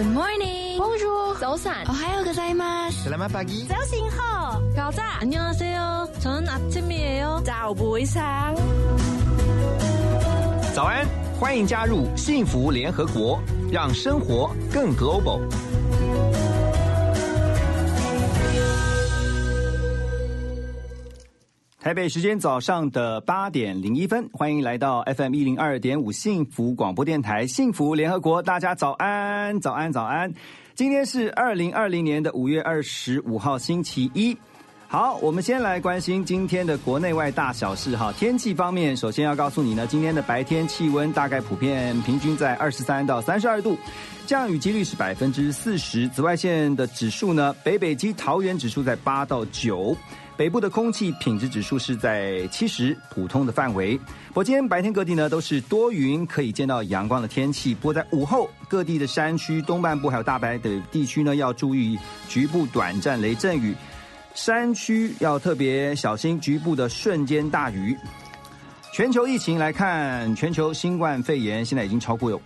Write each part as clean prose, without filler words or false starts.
Good morning. Bonjour. 早安. 오하요 고자이마스. Selamat pagi. 早醒好. 가자. 안녕하세요. 저는 아침이에요. 早不会sáng. 早安，欢迎加入幸福联合国，让生活更 global。台北时间早上的8:01，欢迎来到 FM 102.5幸福广播电台幸福联合国，大家早安，早安，早安！今天是2020年的5月25号，星期一。好，我们先来关心今天的国内外大小事哈。天气方面，首先要告诉你呢，今天的白天气温大概普遍平均在23到32度，降雨几率是40%。紫外线的指数呢，北基桃园指数在8到9。北部的空气品质指数是在70，普通的范围。不过今天白天各地呢都是多云，可以见到阳光的天气。不过在午后，各地的山区、东半部还有大白的地区呢，要注意局部短暂雷阵雨。山区要特别小心局部的瞬间大雨。全球疫情来看，全球新冠肺炎现在已经超过有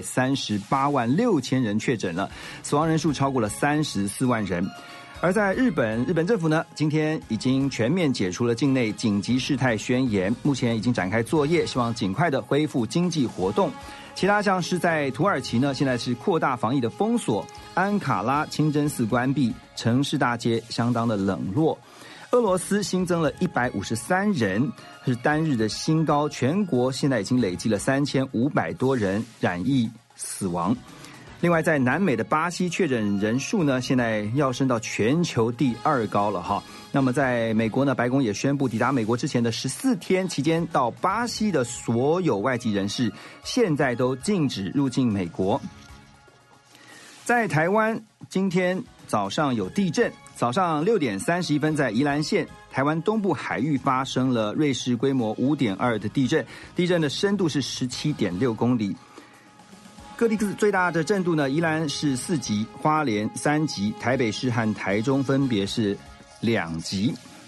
538万6千人确诊了，死亡人数超过了34万人。而在日本政府呢，今天已经全面解除了境内紧急事态宣言，目前已经展开作业，希望尽快的恢复经济活动。其他像是在土耳其呢，现在是扩大防疫的封锁，安卡拉清真寺关闭，城市大街相当的冷落。俄罗斯新增了153人，是单日的新高，全国现在已经累计了3500多人染疫死亡。另外，在南美的巴西确诊人数呢，现在要升到全球第2高了哈。那么在美国呢，白宫也宣布，抵达美国之前的14天期间，到巴西的所有外籍人士现在都禁止入境美国。在台湾，今天早上有地震，早上6点31分，在宜兰县台湾东部海域发生了瑞士规模5.2的地震，地震的深度是17.6公里。各地最大的震度呢，宜兰是4级，花莲3级，台北市和台中分别是2级。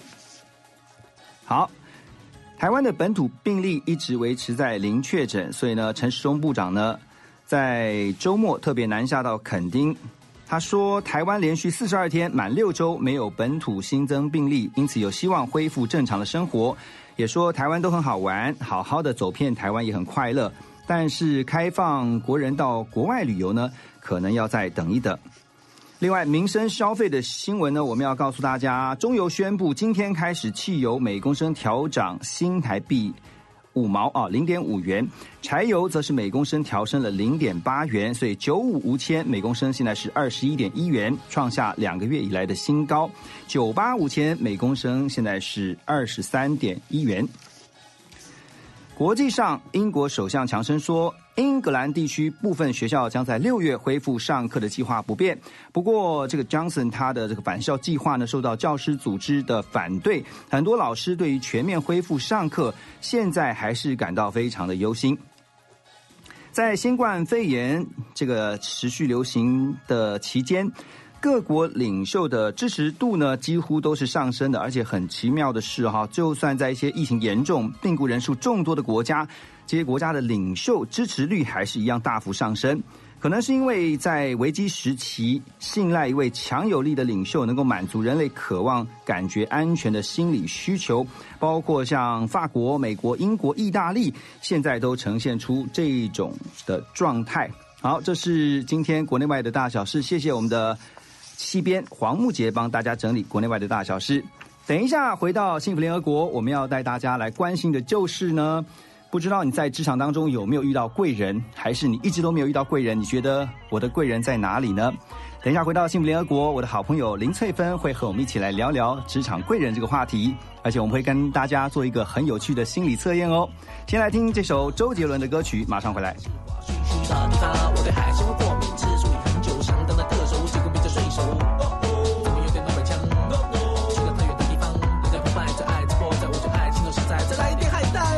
好，台湾的本土病例一直维持在0确诊，所以呢，陈时中部长呢在周末特别南下到垦丁，他说台湾连续42天满6周没有本土新增病例，因此有希望恢复正常的生活，也说台湾都很好玩，好好的走遍台湾也很快乐。但是开放国人到国外旅游呢，可能要再等一等。另外，民生消费的新闻呢，我们要告诉大家，中油宣布今天开始汽油每公升调涨新台币5毛0.5元，柴油则是每公升调升了0.8元，所以95无铅每公升现在是21.1元，创下2个月以来的新高。98无铅每公升现在是23.1元。国际上，英国首相强生说，英格兰地区部分学校将在6月恢复上课的计划不变。不过，这个 Johnson 他的这个返校计划呢，受到教师组织的反对，很多老师对于全面恢复上课，现在还是感到非常的忧心。在新冠肺炎这个持续流行的期间，各国领袖的支持度呢，几乎都是上升的，而且很奇妙的是哈，就算在一些疫情严重、病故人数众多的国家，这些国家的领袖支持率还是一样大幅上升。可能是因为在危机时期，信赖一位强有力的领袖，能够满足人类渴望感觉安全的心理需求，包括像法国、美国、英国、意大利，现在都呈现出这种的状态。好，这是今天国内外的大小事，谢谢我们的西边黄木杰帮大家整理国内外的大小事。等一下回到幸福联合国，我们要带大家来关心的就是呢，不知道你在职场当中有没有遇到贵人，还是你一直都没有遇到贵人，你觉得我的贵人在哪里呢？等一下回到幸福联合国，我的好朋友林翠芬会和我们一起来聊聊职场贵人这个话题，而且我们会跟大家做一个很有趣的心理测验哦。先来听这首周杰伦的歌曲，马上回来。 我对海鲜过敏，吃处理很久，相当的特殊，结果变成水手。怎么有点那么强？去了太远的地方，人家不卖最爱直播，在我就爱心头实在，再来一点海带。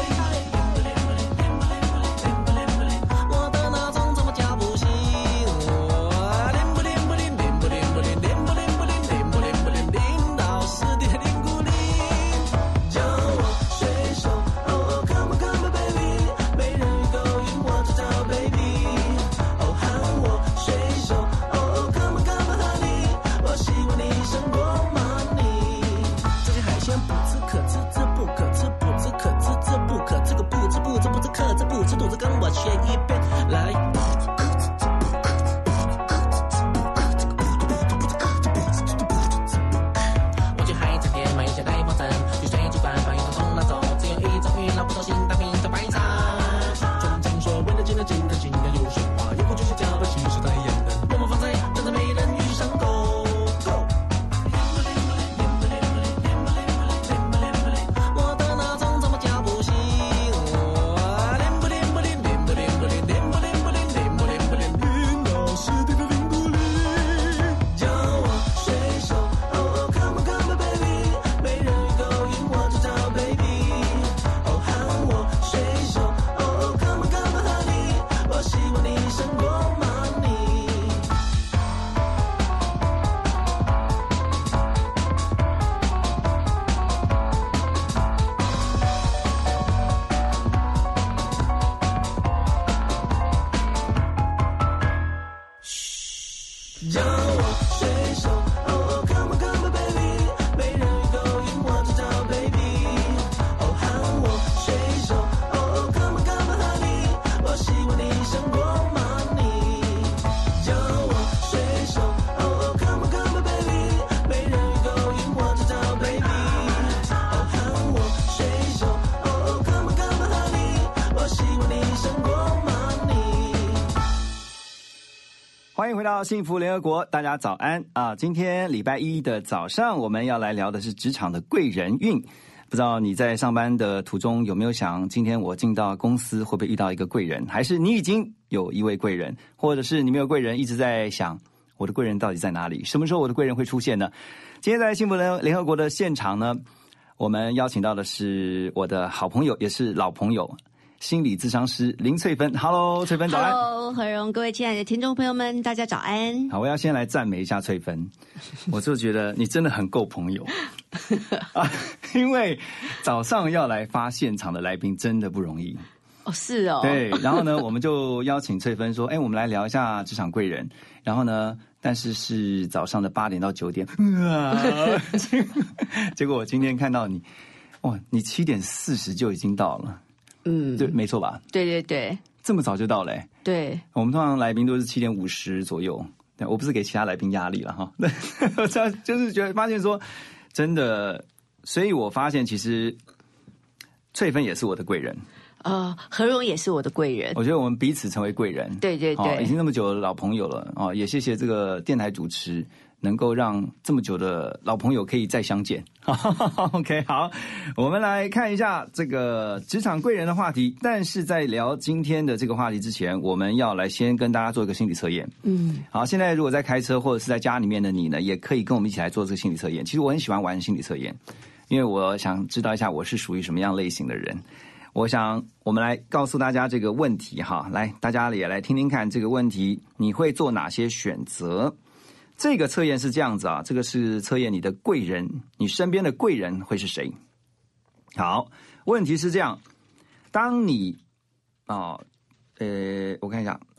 我的闹钟怎么叫不醒？铃不铃不铃，铃不铃不铃，铃不铃不铃，铃不铃不铃，铃到10点铃咕铃。叫我水手，哦 come on come on baby，没人勾引我这叫 baby。 欢迎回到幸福联合国，大家早安啊！今天礼拜一的早上，我们要来聊的是职场的贵人运。不知道你在上班的途中有没有想，今天我进到公司会不会遇到一个贵人，还是你已经有一位贵人，或者是你没有贵人，一直在想我的贵人到底在哪里？什么时候我的贵人会出现呢？今天在幸福联合国的现场呢，我们邀请到的是我的好朋友，也是老朋友，心理咨商师林翠芬。Hello， 翠芬早安。 Hello， 何荣，各位亲爱的听众朋友们，大家早安。 好，我要先来赞美一下翠芬，我就觉得你真的很够朋友啊，因为早上要来发现场的来宾真的不容易。 哦，是哦。 对，然后呢，我们就邀请翠芬说，我们来聊一下职场贵人。然后呢，但是早上的8点到9点，结果我今天看到你，哇，你7点40就已经到了。对，没错吧？ 对对对， 这么早就到了。 对， 我们通常来宾都是7点50左右。我不是给其他来宾压力了哈，就是觉得发现说，真的，所以我发现其实翠芬也是我的贵人。 何荣也是我的贵人。 我觉得我们彼此成为贵人。对对对，已经那么久的老朋友了哦，也谢谢这个电台主持能够让这么久的老朋友可以再相见。OK， 好，我们来看一下这个职场贵人的话题。但是在聊今天的这个话题之前，我们要来先跟大家做一个心理测验。好，现在如果在开车或者是在家里面的你呢，也可以跟我们一起来做这个心理测验。其实我很喜欢玩心理测验，因为我想知道一下我是属于什么样类型的人。我想我们来告诉大家这个问题哈，来大家也来听听看这个问题，你会做哪些选择？这个测验是这样子啊，这个是测验你的贵人，你身边的贵人会是谁？好，问题是这样，当你我看一下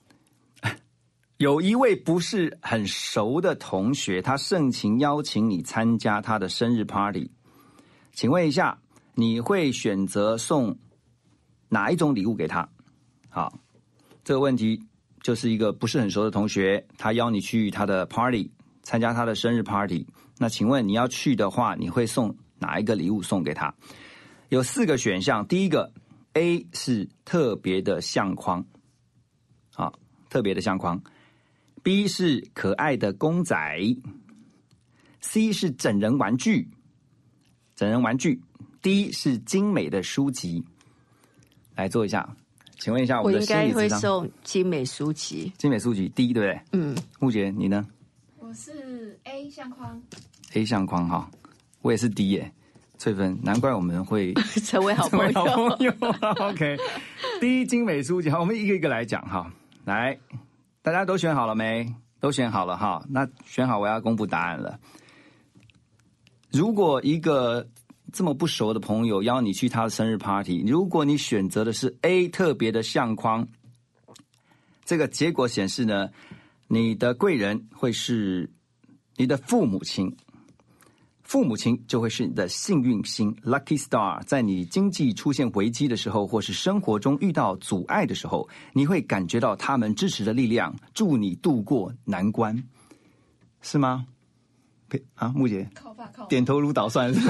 有一位不是很熟的同学，他盛情邀请你参加他的生日 party， 请问一下，你会选择送哪一种礼物给他？好，这个问题就是一个不是很熟的同学，他邀你去他的 party， 参加他的生日 party。那请问你要去的话，你会送哪一个礼物送给他？有4个选项。第一个 A 是特别的相框，好，特别的相框。B 是可爱的公仔。C 是整人玩具。D 是精美的书籍。来做一下，请问一下我们的心理咨商， 我应该会送精美书籍。 精美书籍 D 对不对？木杰你呢？ 我是 A 相框。 A 相框哈，我也是 D 耶。翠芬，难怪我们会成为好朋友。 OK， D 精美书籍，好，我们一个一个来讲哈。来，大家都选好了没？都选好了哈。那选好，我要公布答案了。如果一个这么不熟的朋友邀你去他的生日 party， 如果你选择的是 A 特别的相框，这个结果显示呢，你的贵人会是你的父母亲，父母亲就会是你的幸运星 Lucky Star， 在你经济出现危机的时候，或是生活中遇到阻碍的时候，你会感觉到他们支持的力量，助你度过难关，是吗？木姐靠点头如捣蒜。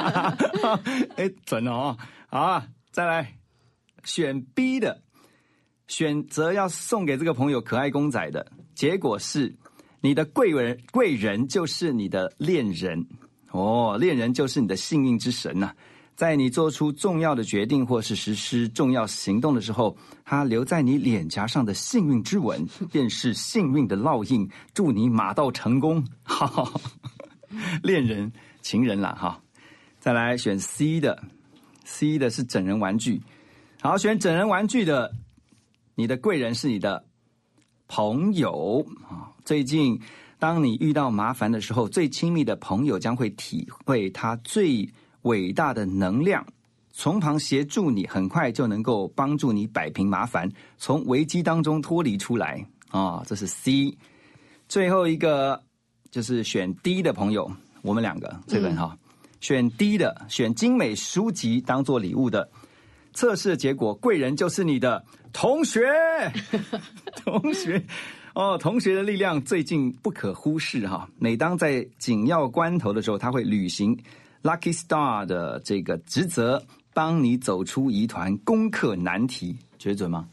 准哦。好啊，再来选 B 的，选择要送给这个朋友可爱公仔的，结果是你的贵人就是你的恋人哦，恋人就是你的幸运之神啊。在你做出重要的决定或是实施重要行动的时候，他留在你脸颊上的幸运之吻便是幸运的烙印，祝你马到成功。恋人情人啦哈。再来选 C 的是整人玩具。好，选整人玩具的，你的贵人是你的朋友。最近当你遇到麻烦的时候，最亲密的朋友将会体会他最伟大的能量，从旁协助你，很快就能够帮助你摆平麻烦，从危机当中脱离出来。这是 C。 最后一个就是选 D 的朋友，我们2个这本选 D 的，选精美书籍当做礼物的，测试的结果，贵人就是你的同学。同学的力量最近不可忽视哈。每当在紧要关头的时候，他会履行 Lucky Star 的这个职责，帮你走出疑团，攻克难题。觉得准吗？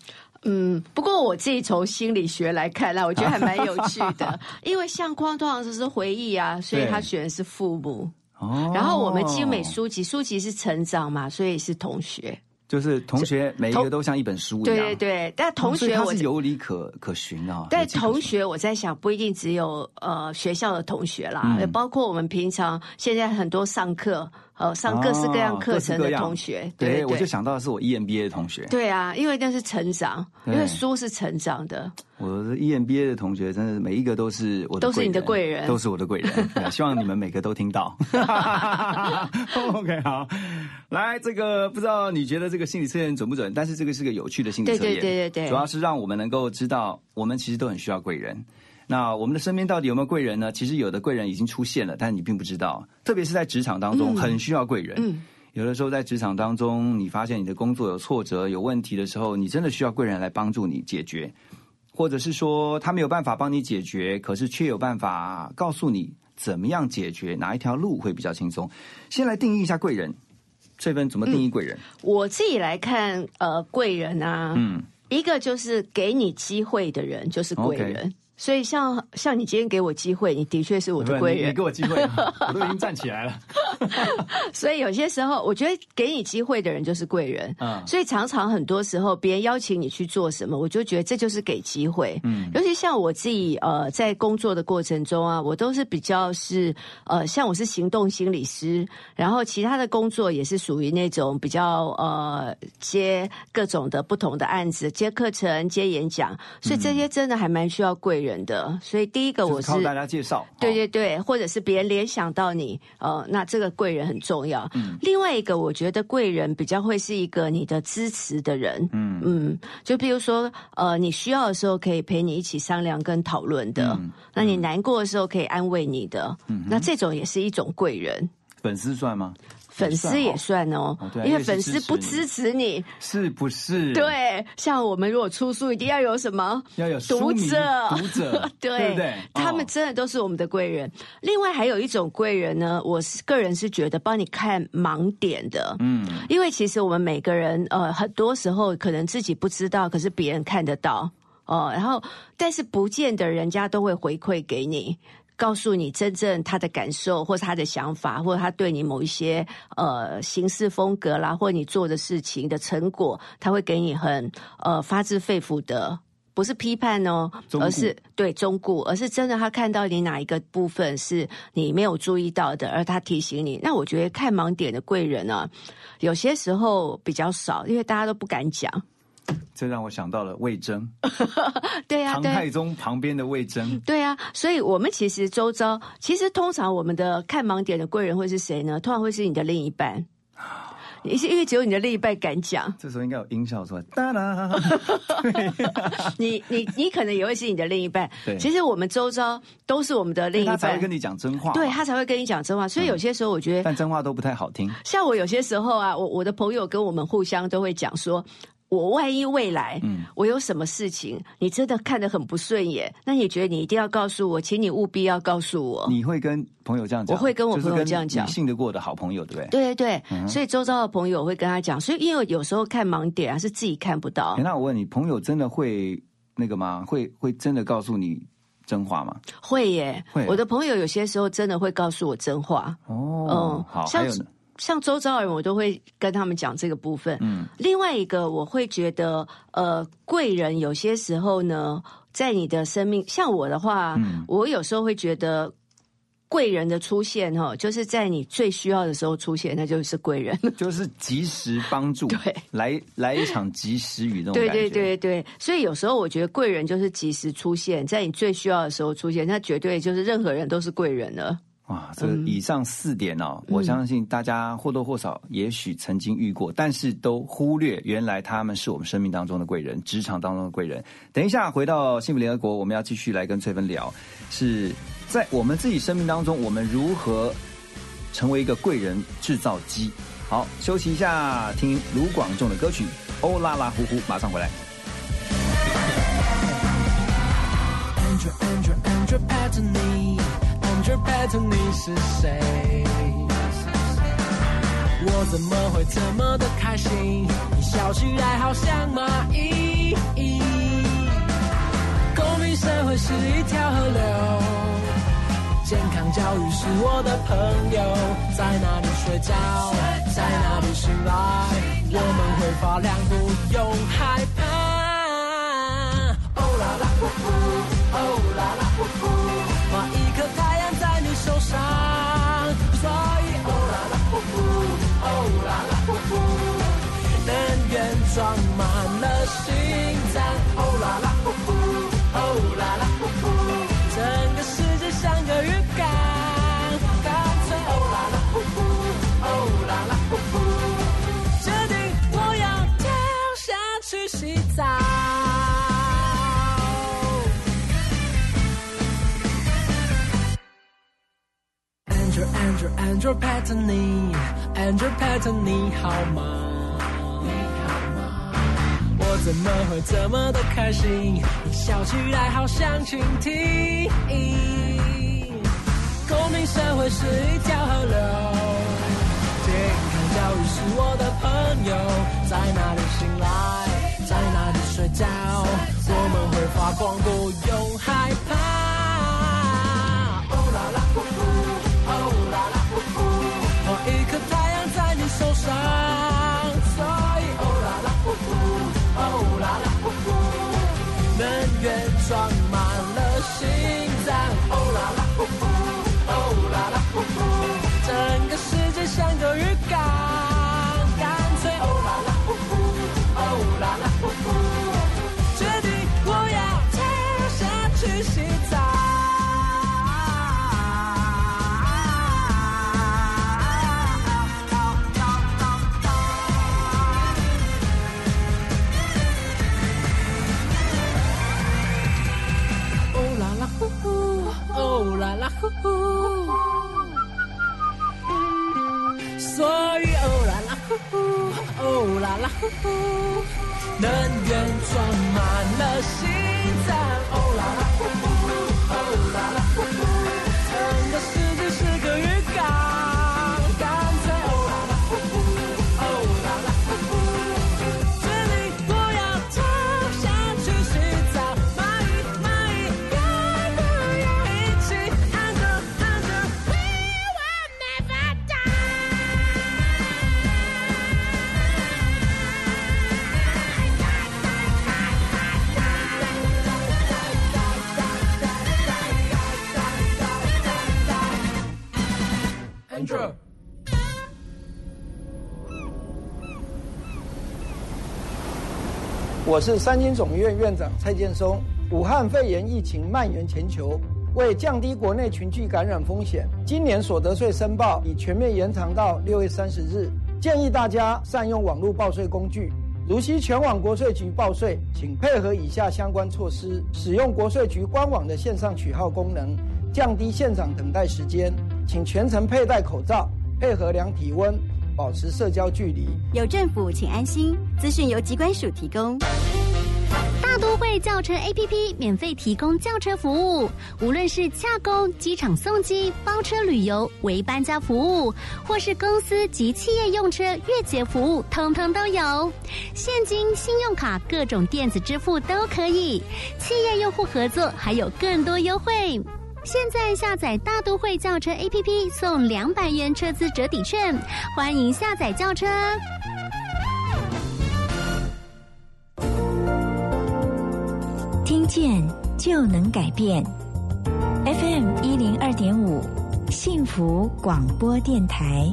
不过我自己从心理学来看啦，我觉得还蛮有趣的，因为相框通常都是回忆啊，所以他选的是父母。然后我们精美书籍是成长嘛，所以是同学。 就是同学每一个都像一本书一样， 对对对。但同学他是有理可循啊。 但同学我在想，不一定只有学校的同学啦，包括我们平常现在很多上课上各式各样课程的同学。 对，我就想到的是我 EMBA 的同学。 对啊，因为那是成长，因为书是成长的。 我的 EMBA 的同学真的每一个都是我的贵人， 都是你的贵人， 都是我的贵人。希望你们每个都听到。OK， 好，来这个不知道你觉得这个心理测验准不准？但是这个是个有趣的心理测验，对，主要是让我们能够知道，我们其实都很需要贵人。那我们的身边到底有没有贵人呢？其实有的贵人已经出现了，但你并不知道。特别是在职场当中，很需要贵人。有的时候在职场当中，你发现你的工作有挫折、有问题的时候，你真的需要贵人来帮助你解决。或者是说他没有办法帮你解决，可是却有办法告诉你怎么样解决，哪一条路会比较轻松。先来定义一下贵人，翠芬怎么定义贵人？ 我自己来看，贵人啊，一个就是给你机会的人就是贵人。所以像你今天给我机会，你的确是我的贵人。 你给我机会，我都已经站起来了。 所以有些时候，我觉得给你机会的人就是贵人。所以常常很多时候，别人邀请你去做什么，我就觉得这就是给机会。尤其像我自己在工作的过程中啊，我都是比较是像我是行动心理师，然后其他的工作也是属于那种比较接各种的不同的案子，接课程、接演讲，所以这些真的还蛮需要贵人的。所以第一个我是靠大家介绍， 对对对，或者是别人联想到你，那这个贵人很重要。另外一个我觉得贵人比较会是一个你的支持的人，就比如说你需要的时候可以陪你一起商量跟讨论的，那你难过的时候可以安慰你的，那这种也是一种贵人。 粉丝算吗？ 粉丝也算哦，因为粉丝不支持你， 是不是？ 对，像我们如果出书，一定要有什么？ 要有读者， 对不对？ 他们真的都是我们的贵人。另外还有一种贵人呢，我个人是觉得帮你看盲点的，因为其实我们每个人很多时候可能自己不知道，可是别人看得到然后但是不见得人家都会回馈给你。告诉你真正他的感受，或是他的想法，或者他对你某一些行事风格啦，或你做的事情的成果，他会给你很发自肺腑的，不是批判哦，而是对忠顾，而是真的他看到你哪一个部分是你没有注意到的，而他提醒你。那我觉得看盲点的贵人啊，有些时候比较少，因为大家都不敢讲。 这让我想到了魏征， 对啊， 唐太宗旁边的魏征， 对啊，所以我们其实周遭，其实通常我们的看盲点的贵人会是谁呢？通常会是你的另一半，因为只有你的另一半敢讲。 这时候应该有音效出来，哒啦。 你可能也会是你的另一半。其实我们周遭都是我们的另一半， 他才会跟你讲真话， 对他才会跟你讲真话。所以有些时候我觉得， 但真话都不太好听。 像我有些时候啊，我的朋友跟我们互相都会讲说。我万一未来我有什么事情你真的看得很不顺眼，那你觉得你一定要告诉我，请你务必要告诉我。 你会跟朋友这样讲？ 我会跟我朋友这样讲， 就是跟你信得过的好朋友，对不对？ 对对对，所以周遭的朋友会跟他讲。所以因为有时候看盲点啊是自己看不到。 那我问你，朋友真的会那个吗？会真的告诉你真话吗？ 会耶，我的朋友有些时候真的会告诉我真话。 好，还有呢？ 像周遭人，我都会跟他们讲这个部分。另外一个，我会觉得，贵人有些时候呢，在你的生命，像我的话，我有时候会觉得，贵人的出现就是在你最需要的时候出现，那就是贵人， 就是及时帮助，对，来一场及时雨那种感觉。 对对对对，所以有时候我觉得贵人就是及时出现，在你最需要的时候出现，那绝对就是任何人都是贵人了。 哇，这以上4点我相信大家或多或少也许曾经遇过，但是都忽略原来他们是我们生命当中的贵人，职场当中的贵人。等一下回到幸福联合国，我们要继续来跟翠芬聊，是在我们自己生命当中，我们如何成为一个贵人制造机。好，休息一下，听卢广仲的歌曲《欧啦啦呼呼》，马上回来。 Andrew Patton 你是谁？我怎么会这么的开心？你笑起来好像蚂蚁。 公民社会是一条河流，健康教育是我的朋友，在哪里睡觉，在哪里醒来，我们会发亮，不用害怕。哦啦啦呼呼，哦啦啦呼呼，画一颗太阳在你手上，所以哦啦啦呼呼，哦啦啦呼呼，能源装满了心脏，哦啦啦呼呼，哦啦啦呼呼，整个世界像个鱼缸，干脆哦啦啦呼呼，哦啦啦呼呼，决定我要跳下去洗澡。Andrew Patton 你好吗？你好吗？我怎么会这么的开心？你笑起来好像蜻蜓。公民社会是一条河流，健康教育是我的朋友，在哪里醒来，在哪里睡觉，我们会发光，不用害怕。哦啦啦呼呼，哦啦啦呼呼，画一颗太阳在你手上，所以哦啦啦呼呼，哦啦啦呼呼，能源装满了心脏，哦啦啦呼呼，哦啦啦呼呼，整个世界像个鱼缸，干脆哦啦啦呼呼，哦啦啦呼呼，决定我要跳下去洗澡。哦啦啦呼呼，所以哦啦啦呼呼，哦啦啦呼呼，能源装满了心脏，哦啦啦呼呼，哦啦啦呼呼，整个世界是个鱼缸，干脆哦啦啦呼呼，哦啦啦呼呼，决定我要跳下去洗澡，蚂蚁蚂蚁呀呀呀，一起Andrew we will never die。Andrew。 我是三军总医院院长蔡建松。武汉肺炎疫情蔓延全球，为降低国内群聚感染风险，今年所得税申报已全面延长到6月30日。建议大家善用网络报税工具，如需全网国税局报税，请配合以下相关措施：使用国税局官网的线上取号功能，降低现场等待时间，请全程佩戴口罩，配合量体温，保持社交距离。 有政府请安心，资讯由疾管署提供。大都会轿车 APP 免费提供轿车服务，无论是洽公、机场送机、包车旅游、为搬家服务，或是公司及企业用车月结服务，通通都有。现金、信用卡、各种电子支付都可以，企业用户合作还有更多优惠。现在下载大都会轿车 APP 送200元车资折抵券，欢迎下载轿车。 听见就能改变。FM 102.5，幸福广播电台。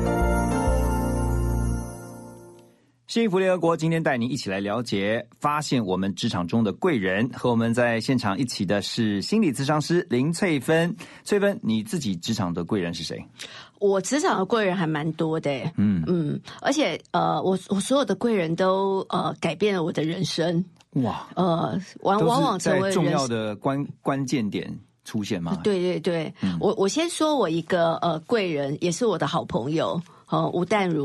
幸福联合国今天带您一起来了解发现我们职场中的贵人，和我们在现场一起的是心理咨商师林翠芬。翠芬，你自己职场的贵人是谁？ 我职场的贵人还蛮多的，而且我所有的贵人都改变了我的人生。 哇， 往往成为在重要的关键点出现吗？ 对对对，我先说我一个贵人，也是我的好朋友，吴淡如。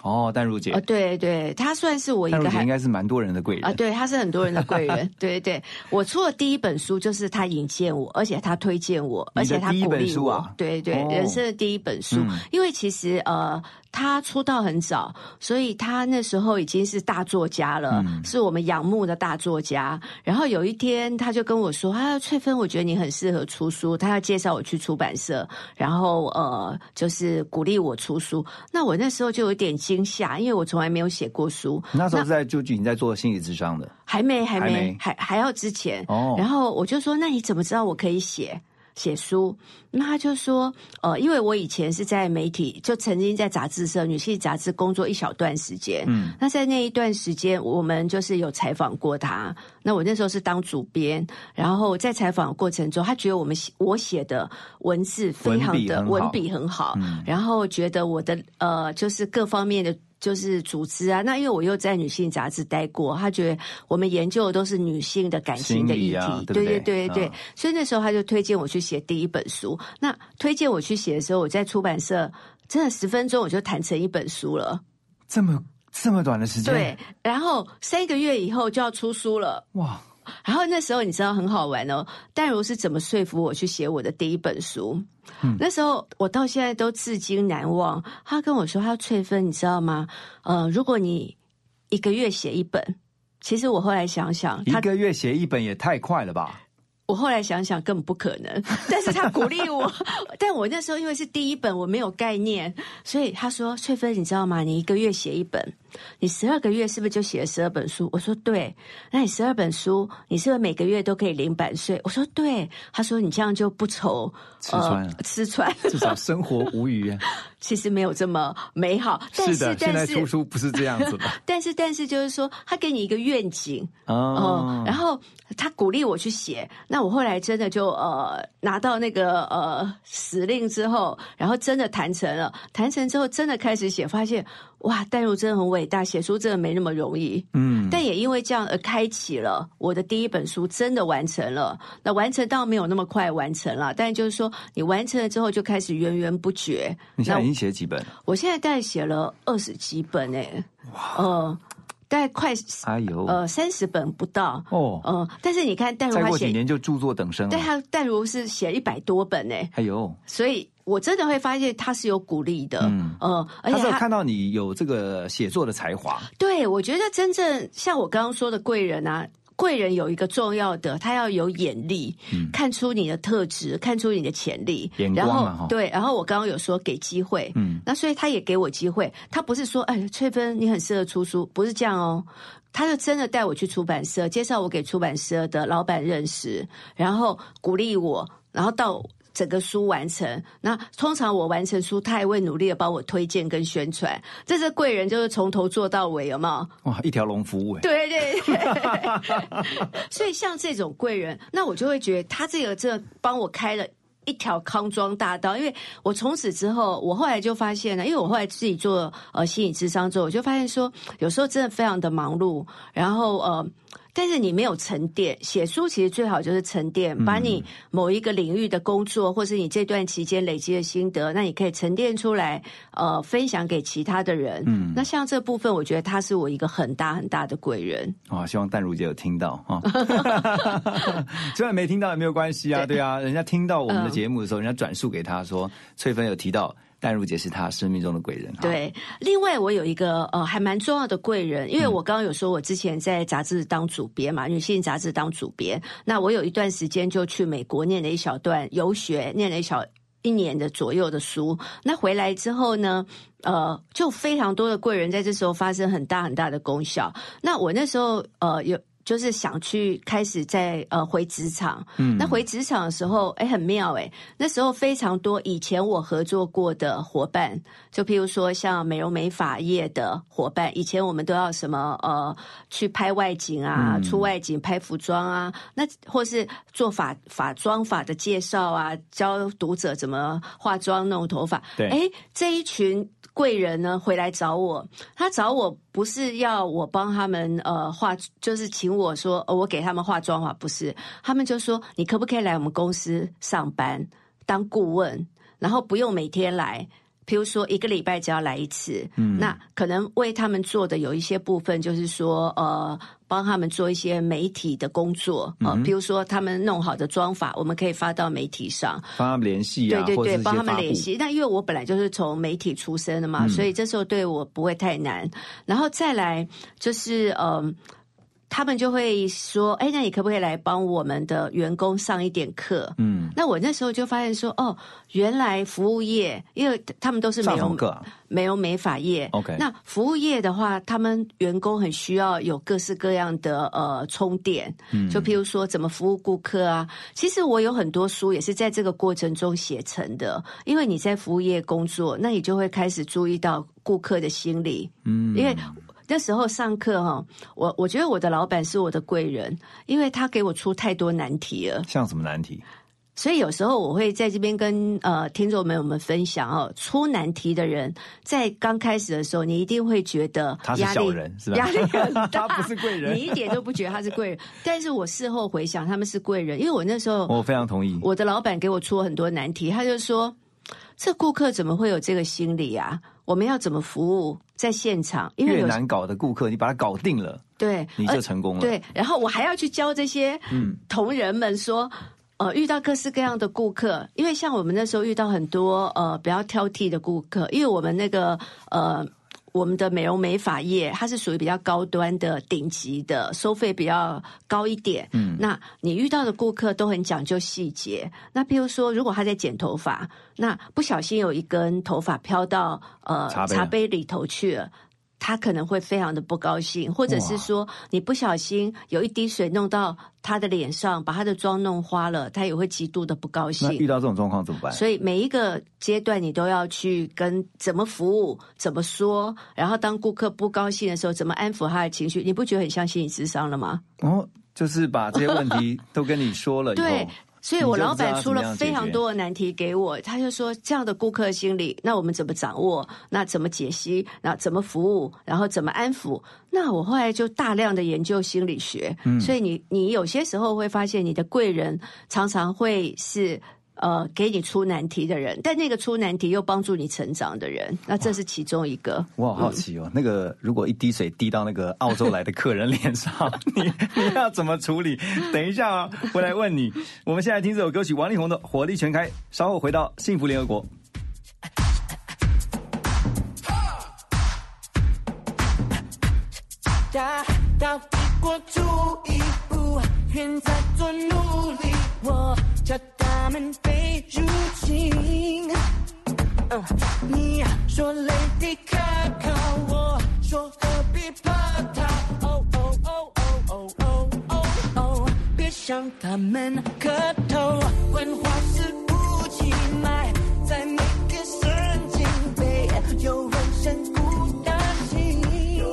淡如姐。 对对，她算是我一个淡如姐应该是蛮多人的贵人对，她是很多人的贵人。对对，我出的第一本书就是她引荐我，而且她推荐我，而且她鼓励我。对对，人生的第一本书，因为其实他出道很早，所以他那时候已经是大作家了，是我们仰慕的大作家。然后有一天他就跟我说：“翠芬，我觉得你很适合出书。”他要介绍我去出版社，然后就是鼓励我出书。那我那时候就有点惊吓，因为我从来没有写过书。 那时候就已经在做心理咨商的， 还要之前。然后我就说：“那你怎么知道我可以写书？”那他就说，因为我以前是在媒体，就曾经在杂志社、女性杂志工作一小段时间。那在那一段时间，我们就是有采访过他。那我那时候是当主编，然后在采访的过程中，他觉得我写的文字非常的文笔很好，然后觉得我的就是各方面的。就是组织啊，那因为我又在女性杂志待过，他觉得我们研究的都是女性的感情的议题，对，所以那时候他就推荐我去写第一本书。那推荐我去写的时候，我在出版社真的10分钟我就谈成一本书了， 这么短的时间， 对，然后3个月以后就要出书了，哇！然后那时候你知道很好玩哦，淡如是怎么说服我去写我的第一本书？那时候我到现在都至今难忘。他跟我说：“他说翠芬，你知道吗？如果你1个月写一本，其实我后来想想 ，1个月写一本也太快了吧？” 我后来想想根本不可能，但是他鼓励我。但我那时候因为是第一本，我没有概念，所以他说：“翠芬，你知道吗？你1个月写一本，你12个月是不是就写了12本书？”我说：“对。”那你12本书，你是不是每个月都可以领版税？我说：“对。”他说：“你这样就不愁吃穿， 至少生活无虞啊。” 其实没有这么美好， 是的，现在出书不是这样子的。 但是就是说，他给你一个愿景然后他鼓励我去写。那我后来真的就拿到那个使令之后，然后真的谈成了。谈成之后，真的开始写，发现哇，淡如真的很伟大，写书真的没那么容易。但也因为这样而开启了我的第一本书，真的完成了。那完成当然没有那么快完成了，但就是说你完成了之后，就开始源源不绝。 你现在已经写了几本？ 我现在大概写了20几本哇！大概快30本不到但是你看淡如再过几年就著作等身了。 对，他淡如是写100多本所以我真的会发现他是有鼓励的，而且他是有看到你有这个写作的才华。 对，我觉得真正像我刚刚说的贵人啊。贵人有一个重要的，他要有眼力，看出你的特质，看出你的潜力， 眼光然后对，然后我刚刚有说给机会，那所以他也给我机会，他不是说翠芬你很适合出书，不是这样哦，他就真的带我去出版社，介绍我给出版社的老板认识，然后鼓励我，然后到整个书完成。那通常我完成书，他还会努力的帮我推荐跟宣传。这是贵人，就是从头做到尾，有没有？ 哇，一条龙服务对。所以像这种贵人，那我就会觉得他这个帮我开了一条康庄大道。因为我从此之后，我后来就发现了，因为我后来自己做心理咨商之后，我就发现说，有时候真的非常的忙碌，然后但是你没有沉淀，写书其实最好就是沉淀，把你某一个领域的工作，或是你这段期间累积的心得，那你可以沉淀出来，分享给其他的人。那像这部分，我觉得他是我一个很大很大的贵人。 希望淡如姐有听到虽然没听到也没有关系啊，对啊，人家听到我们的节目的时候，人家转述给他说，翠芬有提到。淡如姐是她生命中的贵人。 对，另外我有一个还蛮重要的贵人，因为我刚刚有说我之前在杂志当主编嘛，女性杂志当主编，那我有一段时间就去美国念了一小段游学，念了1年的左右的书。那回来之后呢，就非常多的贵人在这时候发生很大很大的功效。那我那时候就是想去开始在回职场，那回职场的时候，很妙那时候非常多以前我合作过的伙伴，就譬如说像美容美发业的伙伴，以前我们都要什么去拍外景啊，出外景拍服装啊，那或是做法妆法的介绍啊，教读者怎么化妆弄头发。 对， 这一群贵人呢回来找我，他找我不是要我帮他们就是请我说我给他们化妆法，不是，他们就说你可不可以来我们公司上班当顾问，然后不用每天来，譬譬如说1个礼拜只要来一次，那可能为他们做的有一些部分就是说帮他们做一些媒体的工作譬如说他们弄好的妆法，我们可以发到媒体上， 帮他们联系啊， 对，帮他们联系。那因为我本来就是从媒体出身的嘛，所以这时候对我不会太难。然后再来就是他们就会说，那你可不可以来帮我们的员工上一点课？那我那时候就发现说，原来服务业，因为他们都是美容美发业 ，OK， 那服务业的话，他们员工很需要有各式各样的充电，就譬如说怎么服务顾客啊。其实我有很多书也是在这个过程中写成的，因为你在服务业工作，那你就会开始注意到顾客的心理，因为那时候上课我觉得我的老板是我的贵人，因为他给我出太多难题了。 像什么难题？ 所以有时候我会在这边跟听众朋友们分享出难题的人，在刚开始的时候，你一定会觉得他是小人，是吧？ 压力很大， 他不是贵人， 你一点都不觉得他是贵人。但是我事后回想，他们是贵人，因为我那时候我非常同意。 我的老板给我出很多难题，他就说：“这顾客怎么会有这个心理啊？我们要怎么服务在现场？因为越难搞的顾客，你把他搞定了， 对， 你就成功了。 对，然后我还要去教这些同仁们说。”遇到各式各样的顾客，因为像我们那时候遇到很多比较挑剔的顾客，因为我们那个我们的美容美发业，它是属于比较高端的、顶级的，收费比较高一点。那你遇到的顾客都很讲究细节。那比如说，如果他在剪头发，那不小心有一根头发飘到茶杯里头去了。他可能会非常的不高兴，或者是说你不小心有一滴水弄到他的脸上，把他的妆弄花了，他也会极度的不高兴。 那遇到这种状况怎么办？ 所以每一个阶段你都要去跟怎么服务、怎么说，然后当顾客不高兴的时候，怎么安抚他的情绪。你不觉得很像心理咨商了吗？ 就是把这些问题都跟你说了以后。对。 所以我老板出了非常多的难题给我，他就说这样的顾客心理，那我们怎么掌握？那怎么解析？那怎么服务？然后怎么安抚？那我后来就大量的研究心理学，所以你有些时候会发现你的贵人常常会是给你出难题的人，但那个出难题又帮助你成长的人，那这是其中一个。 我好好奇那个如果一滴水滴到那个澳洲来的客人脸上，你要怎么处理？等一下回来问你。我们现在听这首歌曲，王力宏的《火力全开》，稍后回到幸福联合国。 到帝国出一步，愿再做努力，我叫他们被入侵。你说雷迪可靠，我说何必怕他？别向他们磕头，文化是武器，埋在每个神经被有人深谷的心。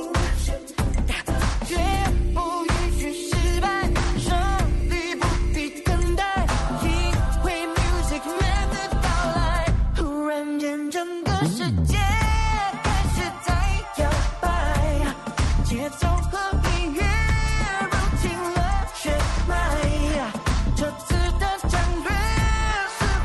绝不允许失败，胜利不必等待，因为 Music Man 的到来，忽然间整个世界开始在摇摆，节奏和音乐入侵了血脉，这次的战略是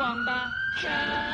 王八车。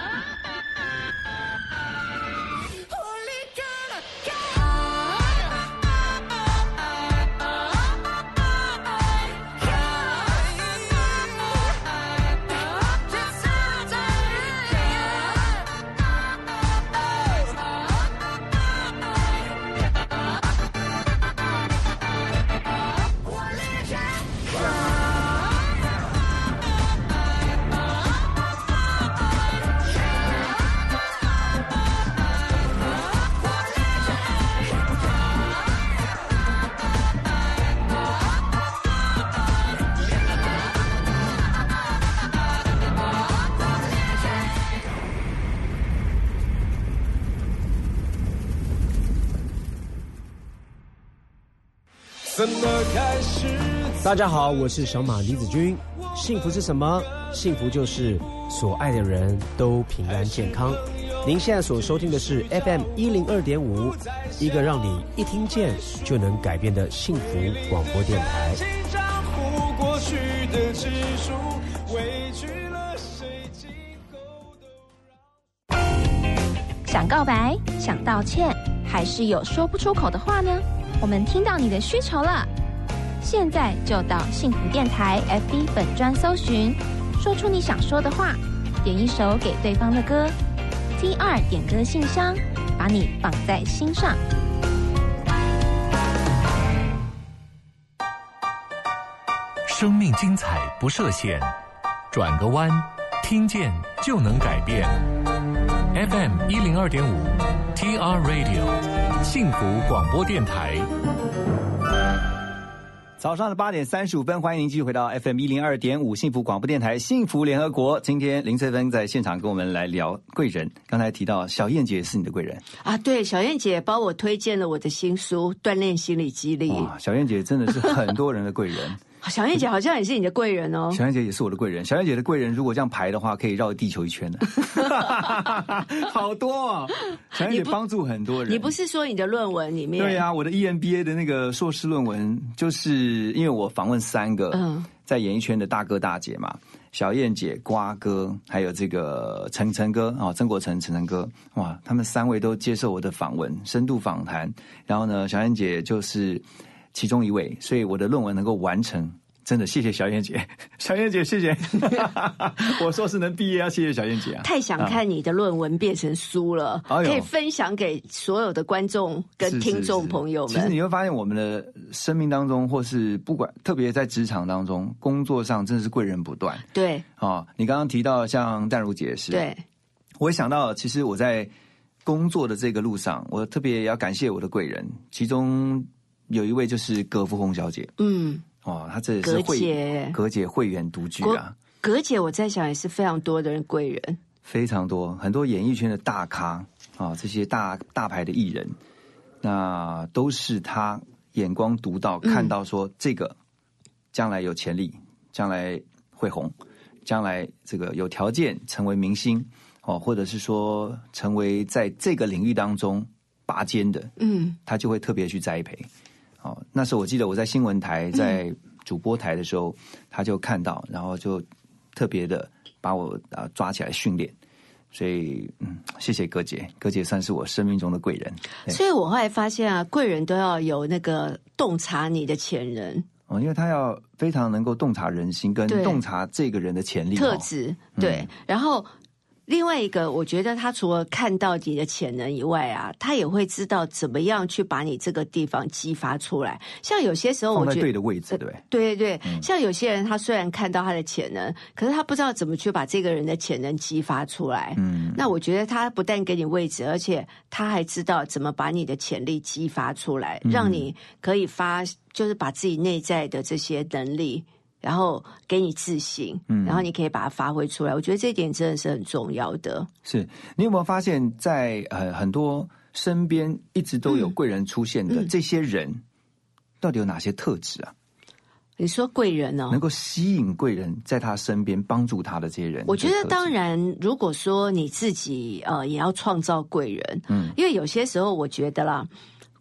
怎么开始？大家好，我是小马李子君。幸福是什么？幸福就是所爱的人都平安健康。您现在所收听的是 FM102.5， 一个让你一听见就能改变的幸福广播电台。过去的指数委屈了谁今后都让。 想告白，想道歉，还是有说不出口的话呢？我们听到你的需求了，现在就到幸福电台 FB 本专搜寻，说出你想说的话，点一首给对方的歌 ，T2 点歌信箱，把你绑在心上。 生命精彩不设限，转个弯，听见就能改变。FM102.5 TR Radio 幸福广播电台。 早上的8点35分，欢迎您继续回到 FM102.5 幸福广播电台幸福联合国。今天林翠芬在现场跟我们来聊贵人。刚才提到小燕姐是你的贵人啊，对，小燕姐帮我推荐了我的新书《锻炼心理肌力》。 哇，小燕姐真的是很多人的贵人。 小燕姐好像也是你的贵人哦。 小燕姐也是我的贵人。小燕姐的贵人如果这样排的话，可以绕地球一圈的。好多哦。小燕姐帮助很多人。 你不是说你的论文里面？ 对啊，我的 EMBA 的那个硕士论文，就是因为我访问3个在演艺圈的大哥大姐嘛，小燕姐、瓜哥，还有这个陈哥啊，曾国成哥，哇，他们3位都接受我的访问，深度访谈。然后呢，小燕姐就是其中一位，所以我的论文能够完成，真的谢谢小燕姐，小燕姐谢谢。我说是能毕业要谢谢小燕姐啊！ 太想看你的论文变成书了，可以分享给所有的观众跟听众朋友们。 其实你会发现，我们的生命当中，或是不管特别在职场当中、工作上，真的是贵人不断。 对啊，你刚刚提到像淡如姐是， 对， 我也想到，其实我在工作的这个路上，我特别要感谢我的贵人，其中有一位就是葛福红小姐，她这也是葛姐慧眼独具啊。 葛姐，我在想也是非常多的人贵人， 非常多，很多演艺圈的大咖啊，这些大牌的艺人，那都是她眼光独到，看到说这个将来有潜力，将来会红，将来这个有条件成为明星哦，或者是说成为在这个领域当中拔尖的，她就会特别去栽培。哦，那时候我记得我在新闻台，在主播台的时候，他就看到，然后就特别的把我抓起来训练，所以谢谢葛姐，葛姐算是我生命中的贵人。 所以我后来发现啊，贵人都要有那个洞察你的潜能哦，因为他要非常能够洞察人心，跟洞察这个人的潜力特质，对，然后。另外一个，我觉得他除了看到你的潜能以外啊，他也会知道怎么样去把你这个地方激发出来。像有些时候，我觉得放在对的位置，对不对？ 对对对，像有些人，他虽然看到他的潜能，可是他不知道怎么去把这个人的潜能激发出来。那我觉得他不但给你位置，而且他还知道怎么把你的潜力激发出来，让你可以就是把自己内在的这些能力。然后给你自信，然后你可以把它发挥出来。我觉得这一点真的是很重要的。 是你有没有发现，在很多身边一直都有贵人出现的这些人，到底有哪些特质啊？ 你说贵人哦， 能够吸引贵人在他身边帮助他的这些人， 我觉得当然，如果说你自己也要创造贵人，因为有些时候我觉得啦。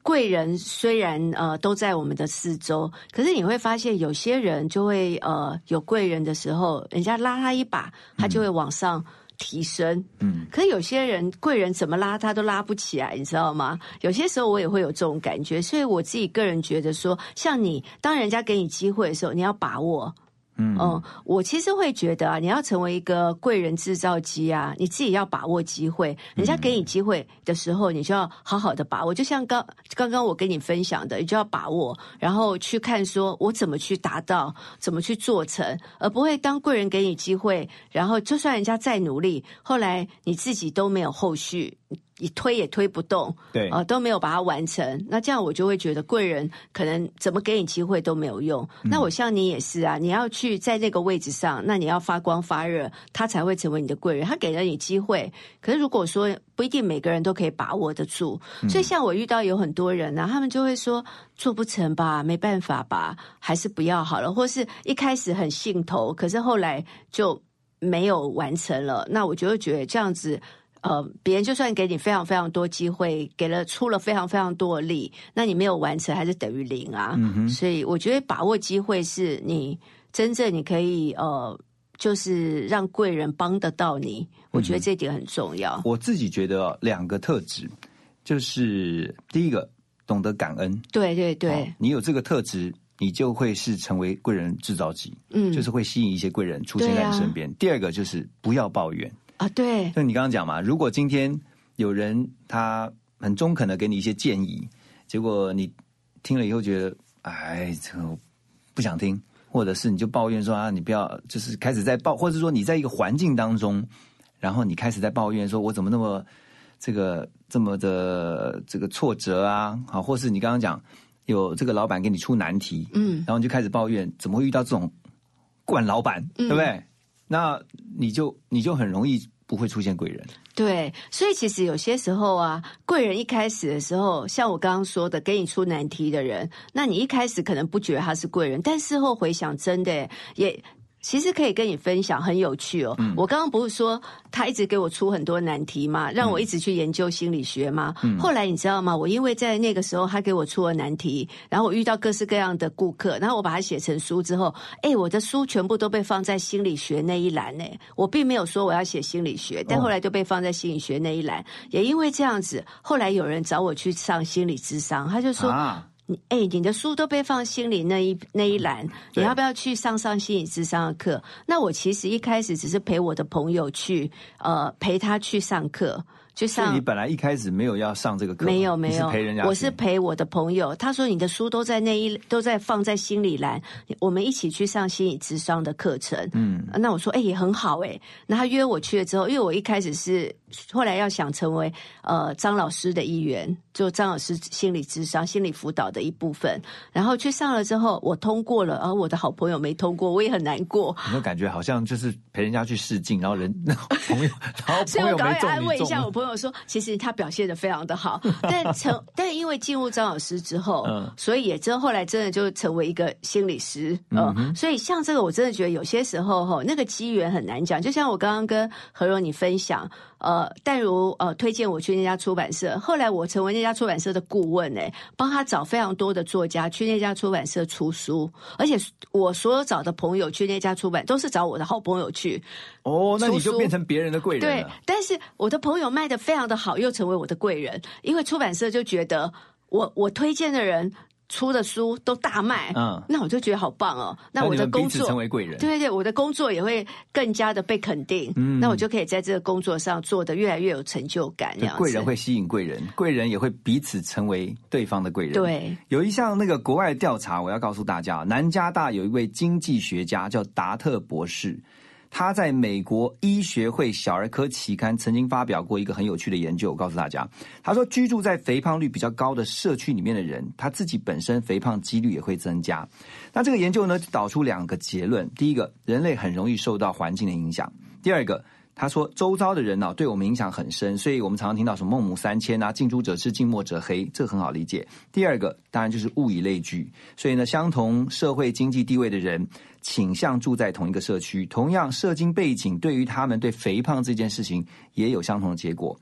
贵人虽然都在我们的四周，可是你会发现有些人就会有贵人的时候，人家拉他一把，他就会往上提升。可是有些人贵人怎么拉他都拉不起来，你知道吗？有些时候我也会有这种感觉，所以我自己个人觉得说，像你当人家给你机会的时候，你要把握。我其实会觉得啊，你要成为一个贵人制造机啊，你自己要把握机会。人家给你机会的时候，你就要好好的把握。就像刚刚我跟你分享的，你就要把握，然后去看说我怎么去达到，怎么去做成，而不会当贵人给你机会，然后就算人家再努力，后来你自己都没有后续。你推也推不动， 对， 都没有把它完成。那这样我就会觉得贵人可能怎么给你机会都没有用。那我像你也是啊，你要去在那个位置上，那你要发光发热，他才会成为你的贵人。他给了你机会，可是如果说不一定每个人都可以把握得住，所以像我遇到有很多人啊，他们就会说做不成吧，没办法吧，还是不要好了，或是一开始很兴头，可是后来就没有完成了。那我就会觉得这样子。别人就算给你非常非常多机会，出了非常非常多的力，那你没有完成还是等于零啊。所以我觉得把握机会是你真正你可以就是让贵人帮得到你，我觉得这一点很重要。 我自己觉得两个特质，就是第一个懂得感恩， 对对对， 你有这个特质，你就会是成为贵人制造机，就是会吸引一些贵人出现在你身边。第二个就是不要抱怨。 啊，对， 就你刚刚讲嘛，如果今天有人他很中肯的给你一些建议，结果你听了以后觉得，哎，这个不想听，或者是你就抱怨说啊，你不要，就是开始在或者说你在一个环境当中，然后你开始在抱怨说，我怎么那么这么的这个挫折啊，好，或是你刚刚讲有这个老板给你出难题，然后你就开始抱怨，怎么会遇到这种惯老板，对不对？那你就很容易不会出现贵人。 对，所以其实有些时候啊，贵人一开始的时候，像我刚刚说的，给你出难题的人，那你一开始可能不觉得他是贵人，但事后回想，真的也。其实可以跟你分享，很有趣哦。我刚刚不是说他一直给我出很多难题吗？让我一直去研究心理学吗？后来你知道吗？我因为在那个时候他给我出了难题，然后我遇到各式各样的顾客，然后我把它写成书之后，我的书全部都被放在心理学那一栏呢。我并没有说我要写心理学，但后来就被放在心理学那一栏。也因为这样子，后来有人找我去上心理咨商，他就说。你的书都被放心理那一栏，你要不要去上心理咨商的课？那我其实一开始只是陪我的朋友去，陪他去上课。就上， 所以你本来一开始没有要上这个课， 没有， 你是陪人家去， 我是陪我的朋友。他说你的书都在放在心理栏，我们一起去上心理咨商的课程。那我说也很好那他约我去了之后，因为我一开始是后来要想成为张老师的一员，就张老师心理咨商、心理辅导的一部分。然后去上了之后，我通过了，而我的好朋友没通过，我也很难过。 有没有感觉好像就是陪人家去试镜，然后朋友没中， 安慰一下我朋友说，其实他表现得非常的好，但因为进入张老师之后，所以也后来真的就成为一个心理师，所以像这个我真的觉得有些时候那个机缘很难讲。就像我刚刚跟何荣你分享，淡如推荐我去那家出版社，后来我成为那家出版社的顾问帮他找非常多的作家去那家出版社出书，而且我所有找的朋友去那家出版都是找我的好朋友去。 那你就变成别人的贵人了。 对，但是我的朋友卖得非常的好，又成为我的贵人，因为出版社就觉得我推荐的人出的书都大卖，那我就觉得好棒哦。那我的工作成为贵人， 对，我的工作也会更加的被肯定，那我就可以在这个工作上做得越来越有成就感。这样子， 贵人会吸引贵人，贵人也会彼此成为对方的贵人。 对， 有一项那个国外调查，我要告诉大家，南加大有一位经济学家叫达特博士。他在美国医学会小儿科期刊曾经发表过一个很有趣的研究，我告诉大家，他说居住在肥胖率比较高的社区里面的人，他自己本身肥胖几率也会增加。那这个研究呢，导出两个结论：第一个，人类很容易受到环境的影响；第二个，他说周遭的人对我们影响很深，所以我们常常听到什么孟母三迁啊，近朱者赤，近墨者黑，这个很好理解。第二个当然就是物以类聚，所以呢，相同社会经济地位的人倾向住在同一个社区，同样社经背景对于他们对肥胖这件事情也有相同的结果。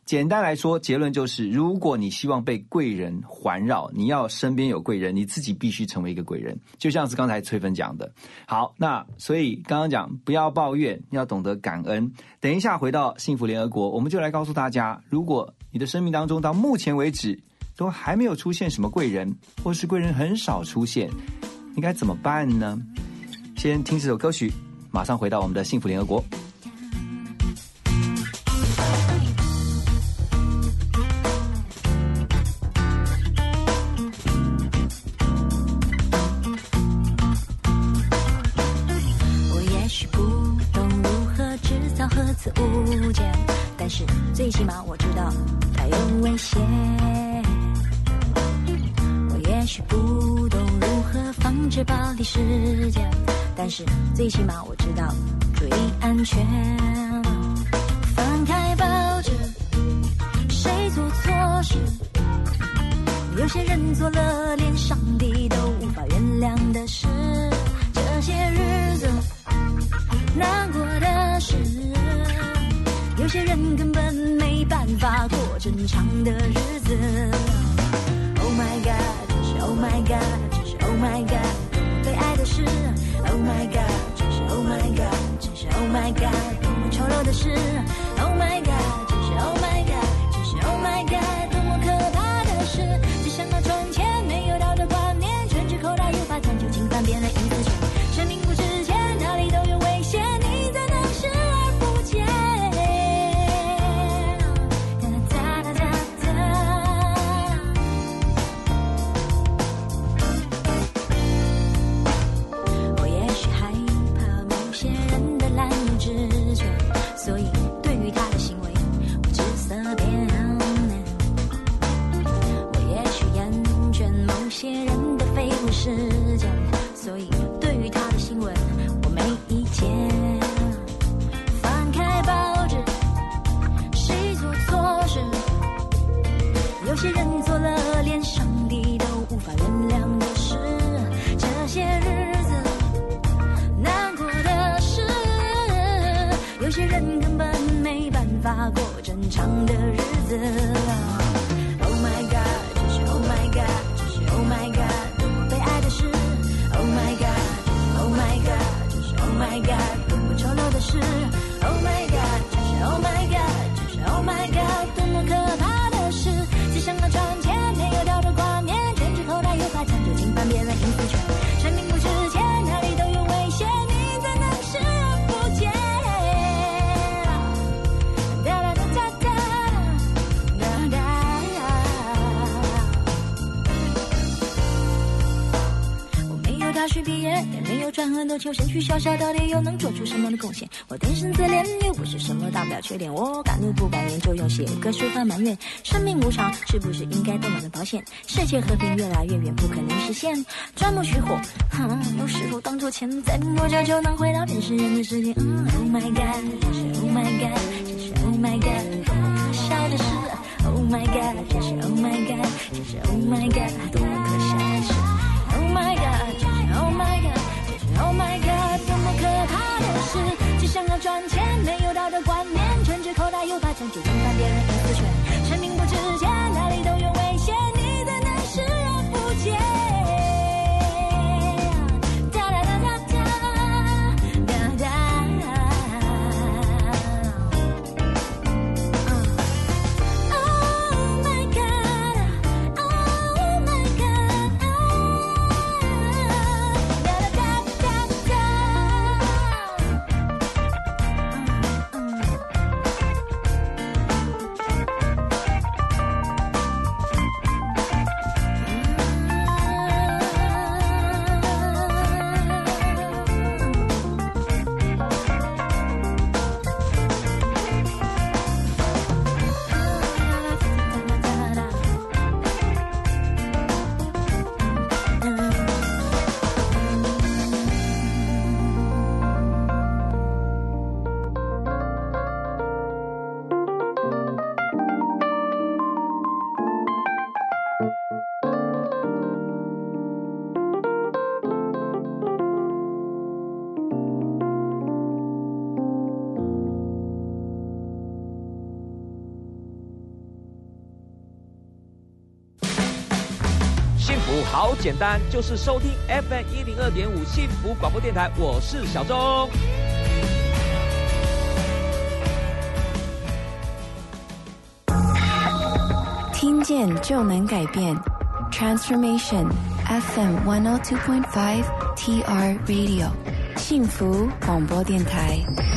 简单来说，结论就是，如果你希望被贵人环绕，你要身边有贵人，你自己必须成为一个贵人。就像是刚才翠芬讲的。好，那所以刚刚讲不要抱怨，要懂得感恩。等一下回到幸福联合国，我们就来告诉大家，如果你的生命当中到目前为止都还没有出现什么贵人，或是贵人很少出现，应该怎么办呢？先听这首歌曲，马上回到我们的幸福联合国。 此物件，但是最起码我知道它有危险。我也许不懂如何防止暴力事件，但是最起码我知道注意安全。翻开报纸，谁做错事？有些人做了连上帝都无法原谅的事。这些日子难过的事，有些人根本没办法过正常的日子。Oh my god， 这是 Oh my god， 这是 Oh my god， 多么悲哀的事。Oh my god， 这是 Oh my god， 这是 Oh my god， 多么丑陋的事。Oh my god， 这是 Oh my god， 这是 Oh my god， 多么可怕的事。只想要赚钱，没有道德观念，全职口袋又把抢救侵犯别人隐私权。生命不值钱，哪里都有危险，你在那视而不见。所以对于他的行为我只色变。我也许厌倦某些人的废物事件，所以对于他的新闻我没意见。翻开报纸，谁做错事？有些人做了连上帝都无法原谅的事。这些日子难过的事，有些人根本没办法过正常的日子。Oh my god， 这是 Oh my god， 这是 Oh my god， 多么悲哀的事。Oh my god， Oh my god， 这是 Oh my god， 多么丑陋的事。Oh my god， 这是 Oh my god， 这是 Oh my god， 多么可怕的事。只想要赚钱，没有道德观念，全职口袋又怕抢救侵犯别人隐私权。生命不值钱，哪里都有危险，你在那视而不见。大学毕业也没有赚很多钱，身躯小小到底又能做出什么的贡献？我天生自恋又不是什么大不了缺点，我敢怒不敢言，就用写歌抒发埋怨。生命无常，是不是应该懂得保险？世界和平越来越远，不可能实现。钻木取火，有时候当作钱，再摸着就能回到真实人的世界。Oh my god， 这是 Oh my god， 这是 Oh my god， 多么可笑的事。Oh my god， 这是 Oh my god， 这是 Oh my god， 多么可笑的事。Oh my god， 这是 Oh my god， 这是 Oh my god， 多么可怕的事。只想要赚钱，没有道德观念，全职口袋又怕抢救侵犯别人隐私权。生命不值钱，哪里都有危险，你在那视而不见。哒哒哒哒哒哒哒。Oh my god， Oh my god。 好简单，就是收听 FM102.5 幸福广播电台，我是小钟。 听见就能改变 Transformation FM 102.5 TR Radio 幸福广播电台。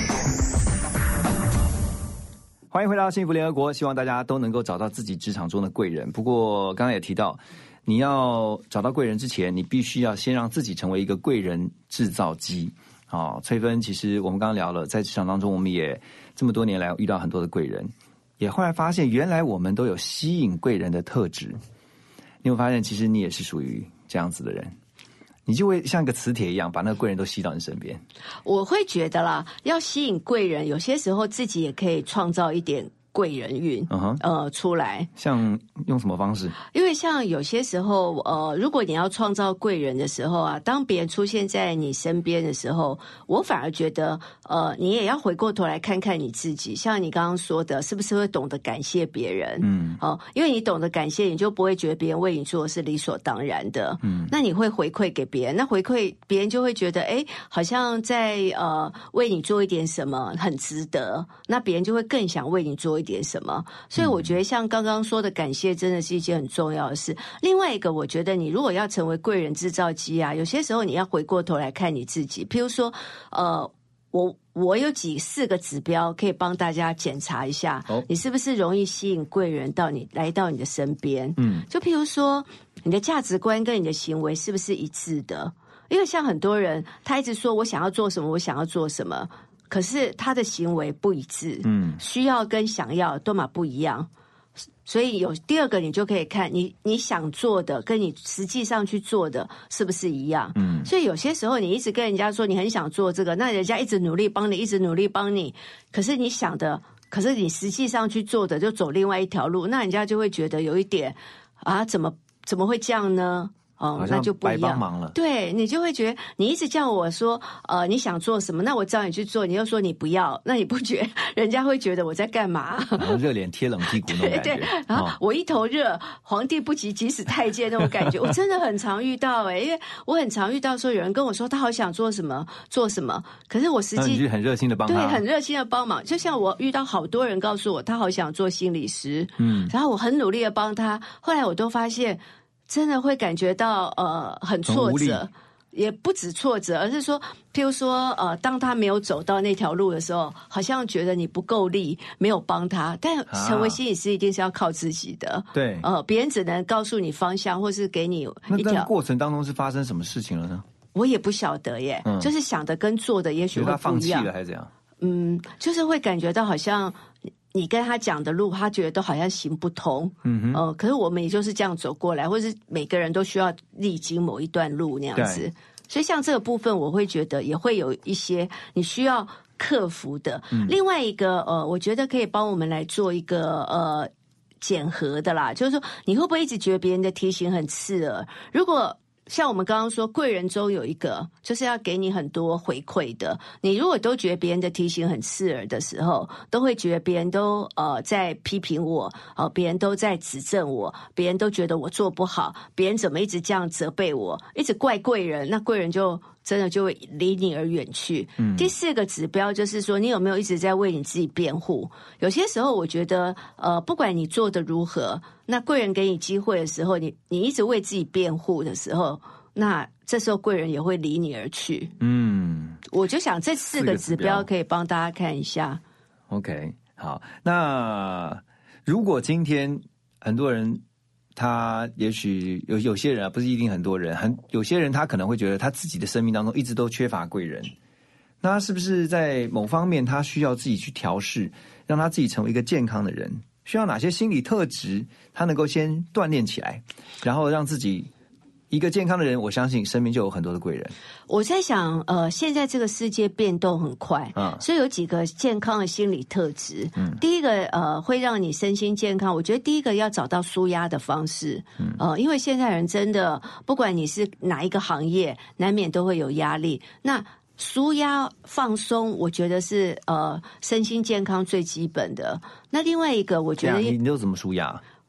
欢迎回到幸福联合国，希望大家都能够找到自己职场中的贵人。不过刚刚也提到，你要找到贵人之前，你必须要先让自己成为一个贵人制造机。翠芬，其实我们刚刚聊了，在职场当中我们也这么多年来遇到很多的贵人，也后来发现原来我们都有吸引贵人的特质。你有发现其实你也是属于这样子的人，你就会像一个磁铁一样把那个贵人都吸到你身边。 我会觉得啦，要吸引贵人，有些时候自己也可以创造一点贵人运出来。 像用什么方式？ 因为像有些时候如果你要创造贵人的时候啊，当别人出现在你身边的时候，我反而觉得你也要回过头来看看你自己。像你刚刚说的，是不是会懂得感谢别人？因为你懂得感谢，你就不会觉得别人为你做的是理所当然的。那你会回馈给别人，那回馈别人就会觉得好像在为你做一点什么很值得，那别人就会更想为你做一点什么。所以我觉得像刚刚说的感谢真的是一件很重要的事。另外一个，我觉得你如果要成为贵人制造机啊，有些时候你要回过头来看你自己。譬如说我有4个指标可以帮大家检查一下，你是不是容易吸引贵人来到你的身边。就譬如说你的价值观跟你的行为是不是一致的。因为像很多人他一直说我想要做什么，我想要做什么，可是他的行为不一致，需要跟想要都嘛不一样。所以第二个，你就可以看你想做的跟你实际上去做的是不是一样。所以有些时候你一直跟人家说你很想做这个，那人家一直努力帮你，一直努力帮你，可是你想的，可是你实际上去做的就走另外一条路，那人家就会觉得有一点怎么会这样呢？那就不一样，白帮忙了。对，你就会觉得你一直叫我说你想做什么，那我叫你去做，你又说你不要，那你不觉得人家会觉得我在干嘛？ 然后热脸贴冷屁股那种感觉。对， 然后我一头热，皇帝不急急死太监那种感觉，我真的很常遇到因为我很常遇到说有人跟我说他好想做什么做什么，可是我实际你就很热心的帮他。 对，很热心的帮忙。就像我遇到好多人告诉我他好想做心理师，然后我很努力的帮他，后来我都发现真的会感觉到很挫折，也不止挫折，而是说譬如说当他没有走到那条路的时候，好像觉得你不够力，没有帮他。但成为心理师一定是要靠自己的。对，别人只能告诉你方向，或是给你一条。 那过程当中是发生什么事情了呢？ 我也不晓得耶，就是想的跟做的也许会不一样。他放弃了还是怎样？ 就是会感觉到好像你跟他讲的路，他觉得都好像行不通。可是我们也就是这样走过来，或是每个人都需要历经某一段路那样子。所以像这个部分，我会觉得也会有一些你需要克服的。另外一个我觉得可以帮我们来做一个检核的啦，就是说你会不会一直觉得别人的提醒很刺耳？如果像我们刚刚说，贵人中有一个就是要给你很多回馈的。你如果都觉得别人的提醒很刺耳的时候，都会觉得别人都在批评我，别人都在指正我，别人都觉得我做不好，别人怎么一直这样责备我，一直怪贵人，那贵人就真的就会离你而远去。第4个指标就是说，你有没有一直在为你自己辩护？有些时候我觉得不管你做的如何，那贵人给你机会的时候，你一直为自己辩护的时候，那这时候贵人也会离你而去。我就想这4个指标可以帮大家看一下。 OK， 好，那如果今天很多人他也许有些人不是一定很多人，有些人他可能会觉得他自己的生命当中一直都缺乏贵人，那他是不是在某方面他需要自己去调试，让他自己成为一个健康的人？需要哪些心理特质他能够先锻炼起来，然后让自己一个健康的人，我相信身边就有很多的贵人。 我在想现在这个世界变动很快，所以有几个健康的心理特质。第一个会让你身心健康，我觉得第一个要找到抒压的方式。因为现在人真的不管你是哪一个行业，难免都会有压力，那抒压放松我觉得是身心健康最基本的。那另外一个我觉得你都怎么抒压？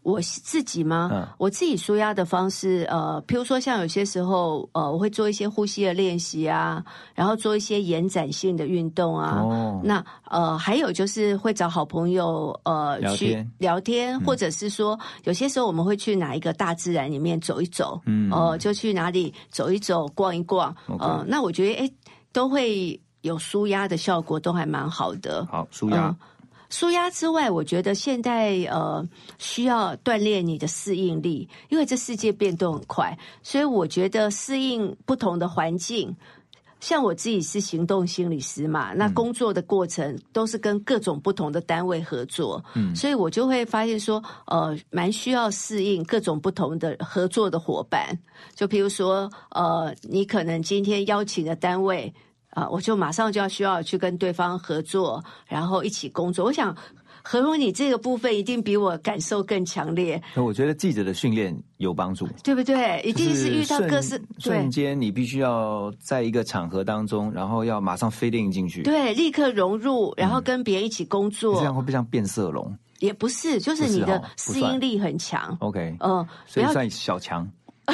我自己吗？我自己舒压的方式，譬如说像有些时候，我会做一些呼吸的练习啊，然后做一些延展性的运动啊。那还有就是会找好朋友去聊天，或者是说有些时候我们会去哪一个大自然里面走一走，就去哪里走一走、逛一逛，那我觉得都会有舒压的效果，都还蛮好的。 好，舒压。 舒压之外，我觉得现在需要锻炼你的适应力，因为这世界变动很快，所以我觉得适应不同的环境。像我自己是行动心理师嘛，那工作的过程都是跟各种不同的单位合作，所以我就会发现说，蛮需要适应各种不同的合作的伙伴。就比如说，你可能今天邀请的单位。我就马上就需要去跟对方合作，然后一起工作。我想，何荣你这个部分一定比我感受更强烈。 我觉得记者的训练有帮助， 对不对？一定是遇到各式瞬间，你必须要在一个场合当中，然后要马上fit in进去， 对，立刻融入，然后跟别人一起工作。 这样会不会像变色龙？ 也不是，就是你的适应力很强。 OK， 所以算小强。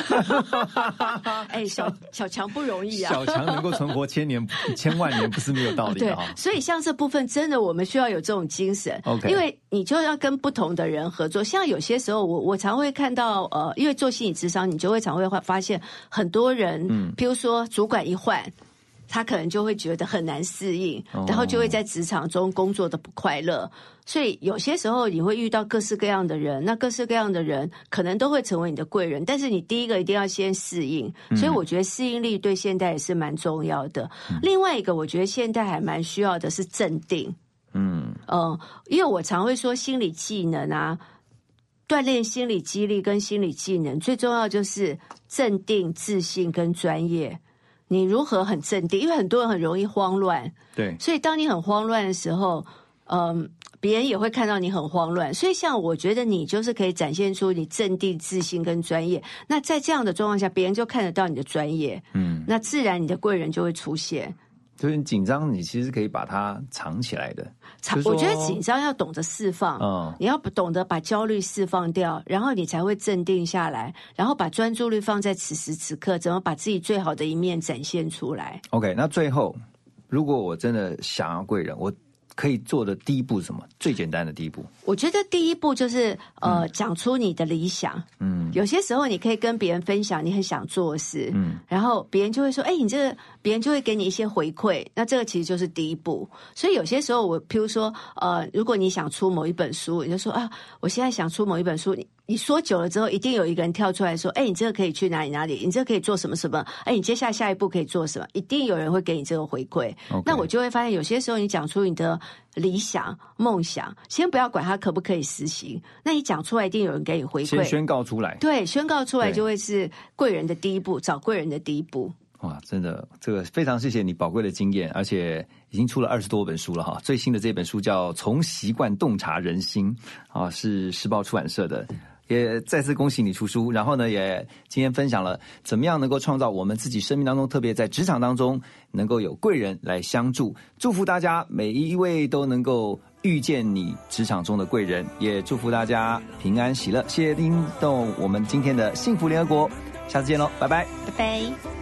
小强不容易啊！ 小强能够存活千万年，不是没有道理的。 对，所以像这部分真的，我们需要有这种精神。 OK， 因为你就要跟不同的人合作。像有些时候，我常会看到，因为做心理咨商，你就会常会发现很多人，譬如说主管一换。他可能就会觉得很难适应，然后就会在职场中工作的不快乐。所以有些时候你会遇到各式各样的人，那各式各样的人可能都会成为你的贵人，但是你第一个一定要先适应。所以我觉得适应力对现代也是蛮重要的。另外一个我觉得现代还蛮需要的是镇定。因为我常会说心理技能啊，锻炼心理肌力跟心理技能最重要就是镇定、自信跟专业。你如何很镇定？因为很多人很容易慌乱， 对， 所以当你很慌乱的时候，别人也会看到你很慌乱。所以像我觉得你就是可以展现出你镇定、自信跟专业。那在这样的状况下，别人就看得到你的专业，那自然你的贵人就会出现。 就是你紧张，你其实可以把它藏起来的。 我觉得紧张要懂得释放，你要懂得把焦虑释放掉，然后你才会镇定下来，然后把专注力放在此时此刻，怎么把自己最好的一面展现出来。 OK， 那最后，如果我真的想要贵人，我可以做的第一步是什么？最简单的第一步， 我觉得第一步就是讲出你的理想。有些时候你可以跟别人分享你很想做的事，然后别人就会说，你这个，别人就会给你一些回馈。那这个其实就是第一步。所以有些时候譬如说，如果你想出某一本书，你就说我现在想出某一本书，你说久了之后，一定有一个人跳出来说，你这个可以去哪里哪里，你这个可以做什么什么，你接下一步可以做什么，一定有人会给你这个回馈。那我就会发现，有些时候你讲出你的理想、梦想，先不要管它可不可以实行，那你讲出来，一定有人给你回馈， 先宣告出来。 对，宣告出来就会是贵人的第一步，找贵人的第一步。 哇，真的，这个非常谢谢你宝贵的经验，而且已经出了20多本书了哈。最新的这本书叫《从习惯洞察人心》，是时报出版社的。也再次恭喜你出书，然后呢，也今天分享了怎么样能够创造我们自己生命当中，特别在职场当中能够有贵人来相助。祝福大家每一位都能够遇见你职场中的贵人，也祝福大家平安喜乐。谢谢听众我们今天的幸福联合国，下次见喽，拜拜， 拜拜。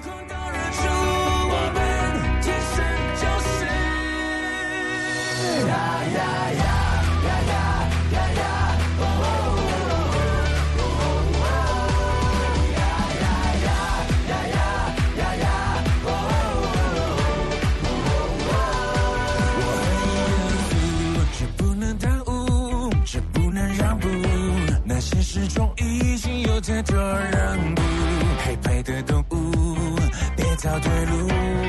始终已经有太多让步，黑白的动物，别找对路，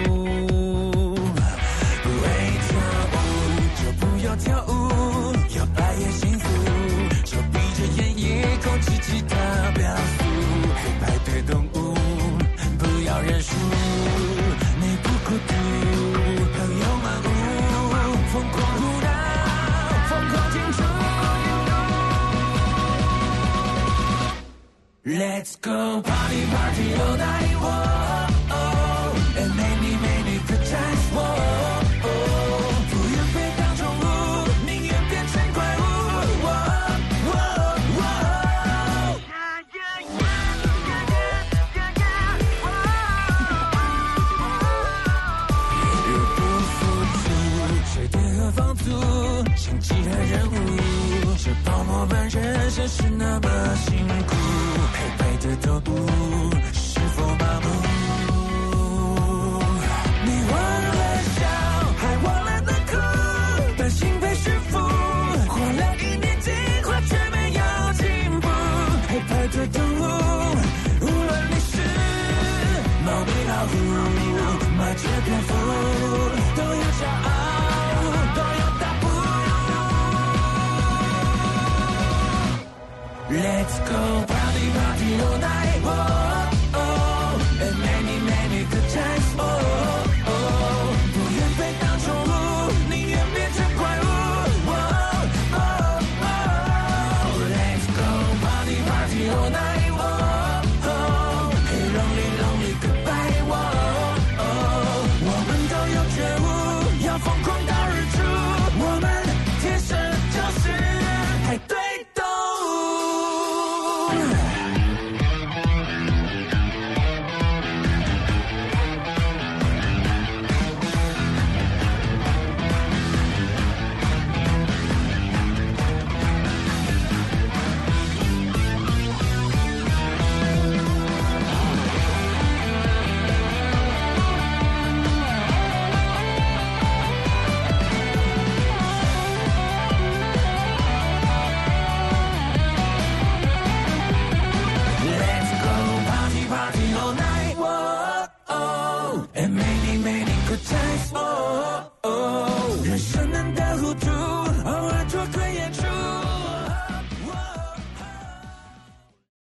不会跳舞就不要跳舞，要爱也幸福，就闭着眼也控制其他表述，黑白的动物，不要认输，你不孤独，朋友漫舞，疯狂胡闹，疯狂庆祝。Let's go party party all night, whoa, and maybe the dance, whoa,不愿被当宠物，宁愿变成怪物，whoa, whoa, whoa. 着泡沫般人生是那么辛苦，黑白的头部是否麻木？你忘了笑，还忘了那哭，担心被驯服，活了1年进化却没有进步，黑白的动物，无论你是猫咪老虎，麻雀蝙蝠，都要骄傲，都要大步。Let's go party party all night, oh oh, and many many good times, oh oh. 不愿被当宠物，宁愿变成怪物，oh oh oh. Let's go party party all night, oh oh. Hey lonely lonely goodbye, oh oh. 我们都有觉悟，要疯狂到日出，我们天生就是海对动物。And many many good times, oh oh. 人生